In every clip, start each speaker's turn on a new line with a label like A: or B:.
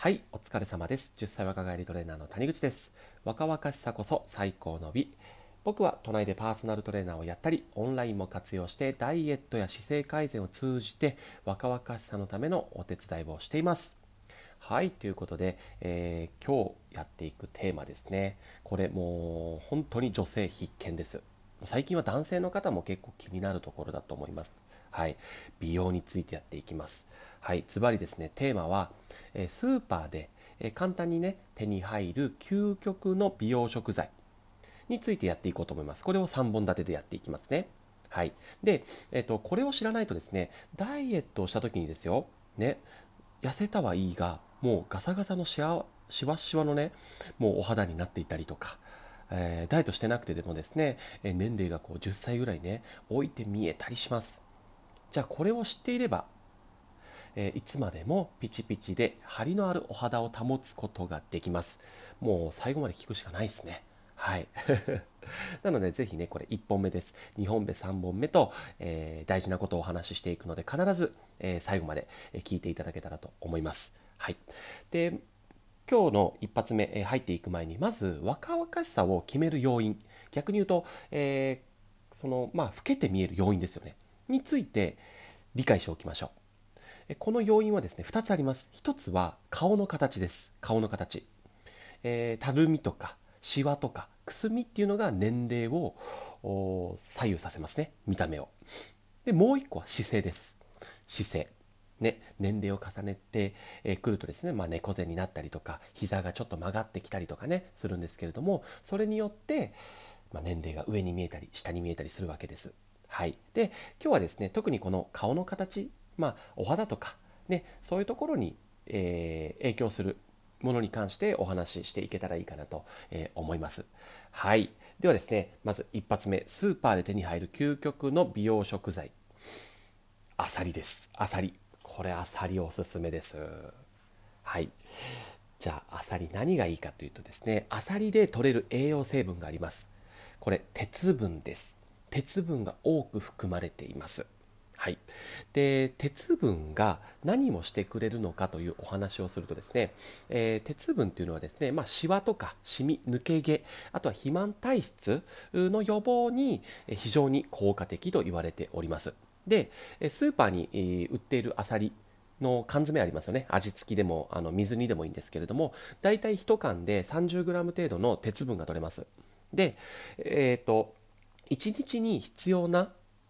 A: はい、お疲れ様です。10歳若返りトレーナーの谷口です。若々しさこそ最高の美。僕は都内でパーソナルトレーナーをやったり、オンラインも活用してダイエットや姿勢改善を通じて若々しさのためのお手伝いをしています。はい、ということで、今日やっていくテーマですね。これもう本当に女性必見です。最近は男性の方も結構気になるところだと思います。はい、美容についてやっていきます。はい、ズバリですね、テーマは、スーパーで、簡単にね、手に入る究極の美容食材についてやっていこうと思います。これを3本立てでやっていきますね。はい。で、これを知らないとですね、ダイエットをした時にですよ、ね、痩せたはいいが、もうガサガサのしわしわのね、もうお肌になっていたりとか、ダイエットしてなくてでもですね、年齢がこう10歳ぐらいね、置いて見えたりします。じゃあこれを知っていれば、いつまでもピチピチで張りのあるお肌を保つことができます。もう最後まで聞くしかないですね。はい。なのでぜひね、これ1本目です。2本目、3本目と、大事なことをお話ししていくので、必ず、最後まで聞いていただけたらと思います。はい。で、今日の一発目、入っていく前に、まず若々しさを決める要因、逆に言うと、老けて見える要因ですよね。について理解しておきましょう。この要因はですね、2つあります。1つは顔の形です。顔の形。たるみとかシワとかくすみっていうのが年齢を左右させますね、見た目を。でもう一個は姿勢です。姿勢ね、年齢を重ねてくるとですね、猫背になったりとか膝がちょっと曲がってきたりとかねするんですけれども、それによって、年齢が上に見えたり下に見えたりするわけです。はい。で今日はですね、特にこの顔の形、お肌とかね、そういうところに、影響するものに関してお話ししていけたらいいかなと、思います。はい。ではですね、まず一発目、スーパーで手に入る究極の美容食材、アサリです。アサリ。これアサリおすすめです。はい。じゃあアサリ何がいいかというとですね、アサリで摂れる栄養成分があります。これ鉄分です。鉄分が多く含まれています。はい、で鉄分が何をしてくれるのかというお話をするとですね、鉄分というのはですね、シワとかシミ、抜け毛、あとは肥満体質の予防に非常に効果的と言われております。でスーパーに売っているアサリの缶詰ありますよね。味付きでも水煮でもいいんですけれども、だいたい1缶で 30g 程度の鉄分が取れます。で、1日に必要な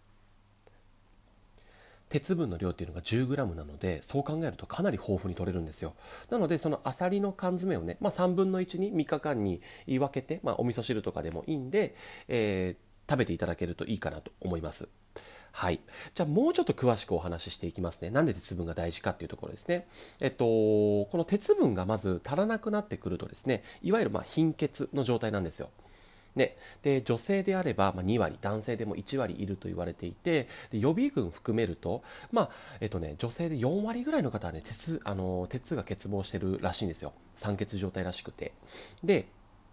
A: 鉄分の量っていうのが 10g なので、そう考えるとかなり豊富に取れるんですよ。なのでそのアサリの缶詰をね、3分の1に3日間に分けて、お味噌汁とかでもいいんで、食べていただけるといいかなと思います。はい。じゃあもうちょっと詳しくお話ししていきますね。なんで鉄分が大事かっていうところですね。この鉄分がまず足らなくなってくるとですね、いわゆる貧血の状態なんですよ。ね、で女性であれば2割、男性でも1割いると言われていて、で予備軍含めると、女性で4割ぐらいの方はね、鉄が欠乏してるらしいんですよ。酸欠状態らしくて。で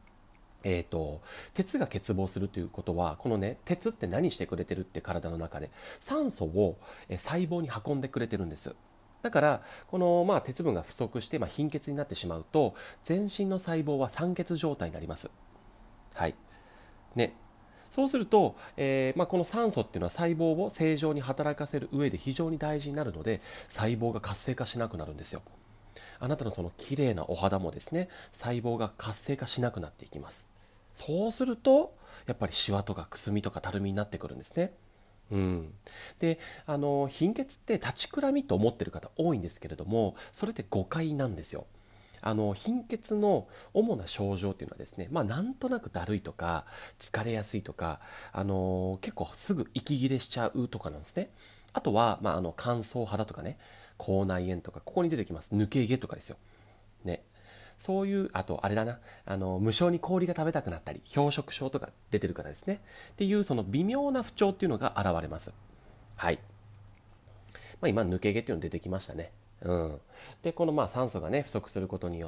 A: 鉄が欠乏するということは、このね、鉄って何してくれてるって体の中で酸素を細胞に運んでくれてるんです。だからこの、鉄分が不足して、貧血になってしまうと、全身の細胞は酸欠状態になります。はいね、そうすると、この酸素っていうのは細胞を正常に働かせる上で非常に大事になるので、細胞が活性化しなくなるんですよ。あなたのその綺麗なお肌もですね、細胞が活性化しなくなっていきます。そうするとやっぱりシワとかくすみとかたるみになってくるんですね。うん、で貧血って立ちくらみと思ってる方多いんですけれども、それって誤解なんですよ。貧血の主な症状っていうのはですね、なんとなくだるいとか疲れやすいとか、結構すぐ息切れしちゃうとかなんですね。あとは、乾燥肌とかね、口内炎とか、ここに出てきます抜け毛とかですよ。ね、そういう、あとあれだな、無性に氷が食べたくなったり、氷食症とか出てる方ですね。っていうその微妙な不調っていうのが現れます。はい。今抜け毛っていうの出てきましたね。うん、でこの酸素がね不足することによって、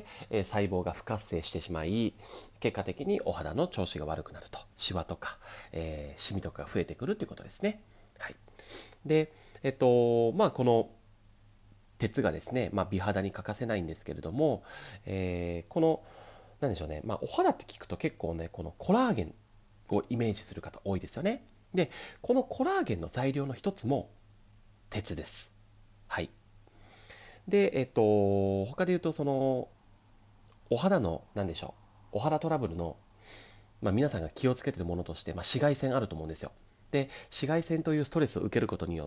A: 細胞が不活性してしまい、結果的にお肌の調子が悪くなると、シワとか、シミとかが増えてくるということですね。はい。でこの鉄がですね、美肌に欠かせないんですけれども、このなんでしょうね、お肌って聞くと結構ね、このコラーゲンをイメージする方多いですよね。で、このコラーゲンの材料の一つも鉄です。はい。で、他で言うと、そのお肌のなんでしょう、お肌トラブルの、皆さんが気をつけているものとして、紫外線あると思うんですよ。で、紫外線というストレスを受けることによって、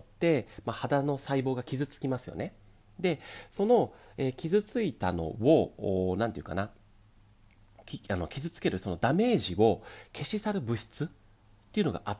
A: 肌の細胞が傷つきますよね。で、その、傷ついたのをなんていうかな、傷つけるそのダメージを消し去る物質っていうのがあって、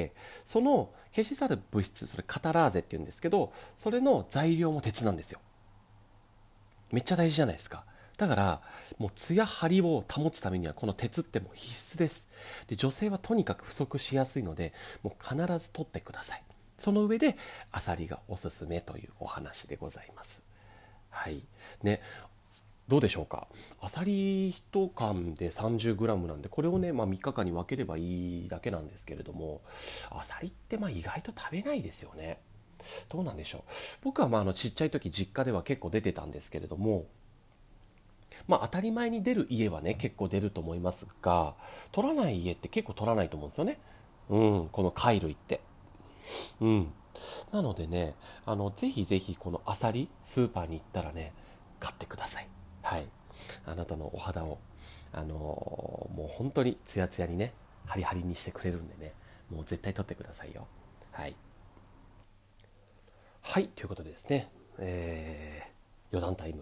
A: その消し去る物質、それカタラーゼっていうんですけど、それの材料も鉄なんですよ。めっちゃ大事じゃないですか。だからもうツヤ張りを保つためにはこの鉄ってもう必須です。で、女性はとにかく不足しやすいので、もう必ず取ってください。その上でアサリがおすすめというお話でございます。はい。ね、どうでしょうか。アサリ1缶で 30g なんで、これをね、3日間に分ければいいだけなんですけれども、アサリって意外と食べないですよね。どうなんでしょう。僕はちっちゃい時実家では結構出てたんですけれども、当たり前に出る家はね結構出ると思いますが、取らない家って結構取らないと思うんですよね。この貝類って。うん。なのでね、ぜひぜひこのアサリスーパーに行ったらね、買ってください。はい。あなたのお肌をもう本当にツヤツヤにね、ハリハリにしてくれるんでね、もう絶対取ってくださいよ。はい。はい、ということでですね、余談タイム。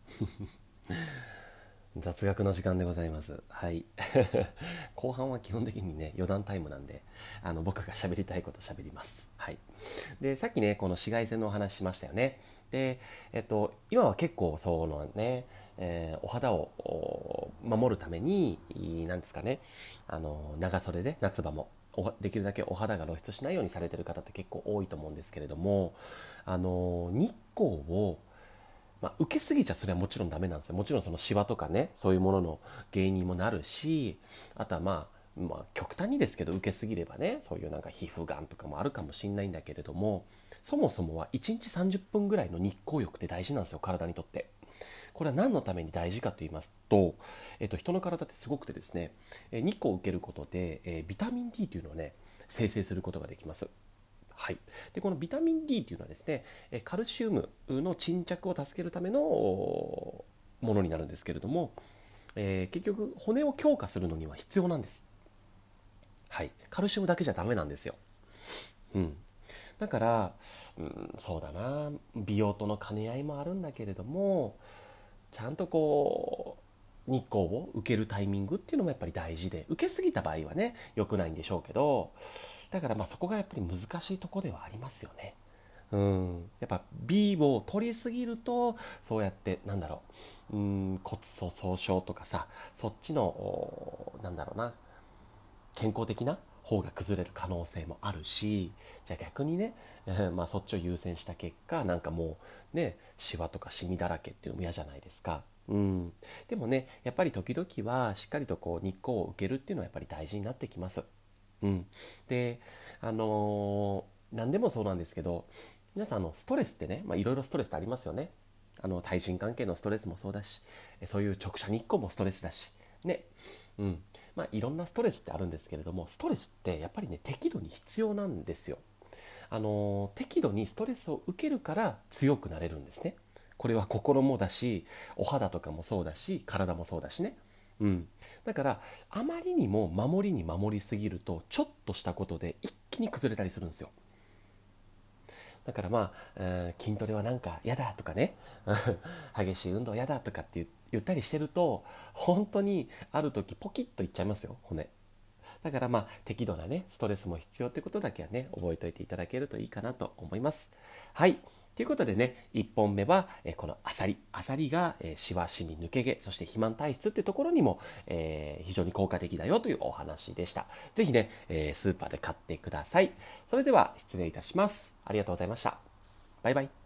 A: 雑学の時間でございます。はい。後半は基本的にね、余談タイムなんで、僕が喋りたいこと喋ります。はい。で、さっきね、この紫外線のお話しましたよね。で、今は結構そのね、お肌を守るために、なんですかね、長袖で夏場も、できるだけお肌が露出しないようにされてる方って結構多いと思うんですけれども、日光を受けすぎちゃそれはもちろんダメなんですよ。もちろんそのシワとかね、そういうものの原因にもなるし、あとは極端にですけど、受けすぎればね、そういうなんか皮膚がんとかもあるかもしれないんだけれども、そもそもは1日30分ぐらいの日光浴って大事なんですよ、体にとって。これは何のために大事かと言いますと、人の体ってすごくてですね、日光を受けることで、ビタミン D というのをね、生成することができます。はい、でこのビタミン D というのはですね、カルシウムの沈着を助けるためのものになるんですけれども、結局骨を強化するのには必要なんです。はい、カルシウムだけじゃダメなんですよ。うん、だから、そうだな、美容との兼ね合いもあるんだけれども、ちゃんとこう日光を受けるタイミングっていうのもやっぱり大事で、受けすぎた場合はね良くないんでしょうけど、だからそこがやっぱり難しいところではありますよね。やっぱ B を取りすぎるとそうやって骨粗鬆症とかさ、そっちの健康的な方が崩れる可能性もあるし、じゃあ逆にね、そっちを優先した結果もうね、シワとかシミだらけっていうのも嫌じゃないですか。でもね、やっぱり時々はしっかりとこう日光を受けるっていうのはやっぱり大事になってきます。で、何でもそうなんですけど、皆さんストレスってね、いろいろストレスってありますよね。対人関係のストレスもそうだし、そういう直射日光もストレスだしね。いろんなストレスってあるんですけれども、ストレスってやっぱりね適度に必要なんですよ。適度にストレスを受けるから強くなれるんですね。これは心もだし、お肌とかもそうだし、体もそうだしね。だからあまりにも守りに守りすぎると、ちょっとしたことで一気に崩れたりするんですよ。だから筋トレはなんか嫌だとかね激しい運動嫌だとかって言ったりしてると、本当にある時ポキッといっちゃいますよ、骨。だから適度なねストレスも必要ってことだけはね覚えておいていただけるといいかなと思います。はい、ということでね、1本目はこのアサリがシワシミ抜け毛、そして肥満体質っていうところにも非常に効果的だよというお話でした。ぜひねスーパーで買ってください。それでは失礼いたします。ありがとうございました。バイバイ。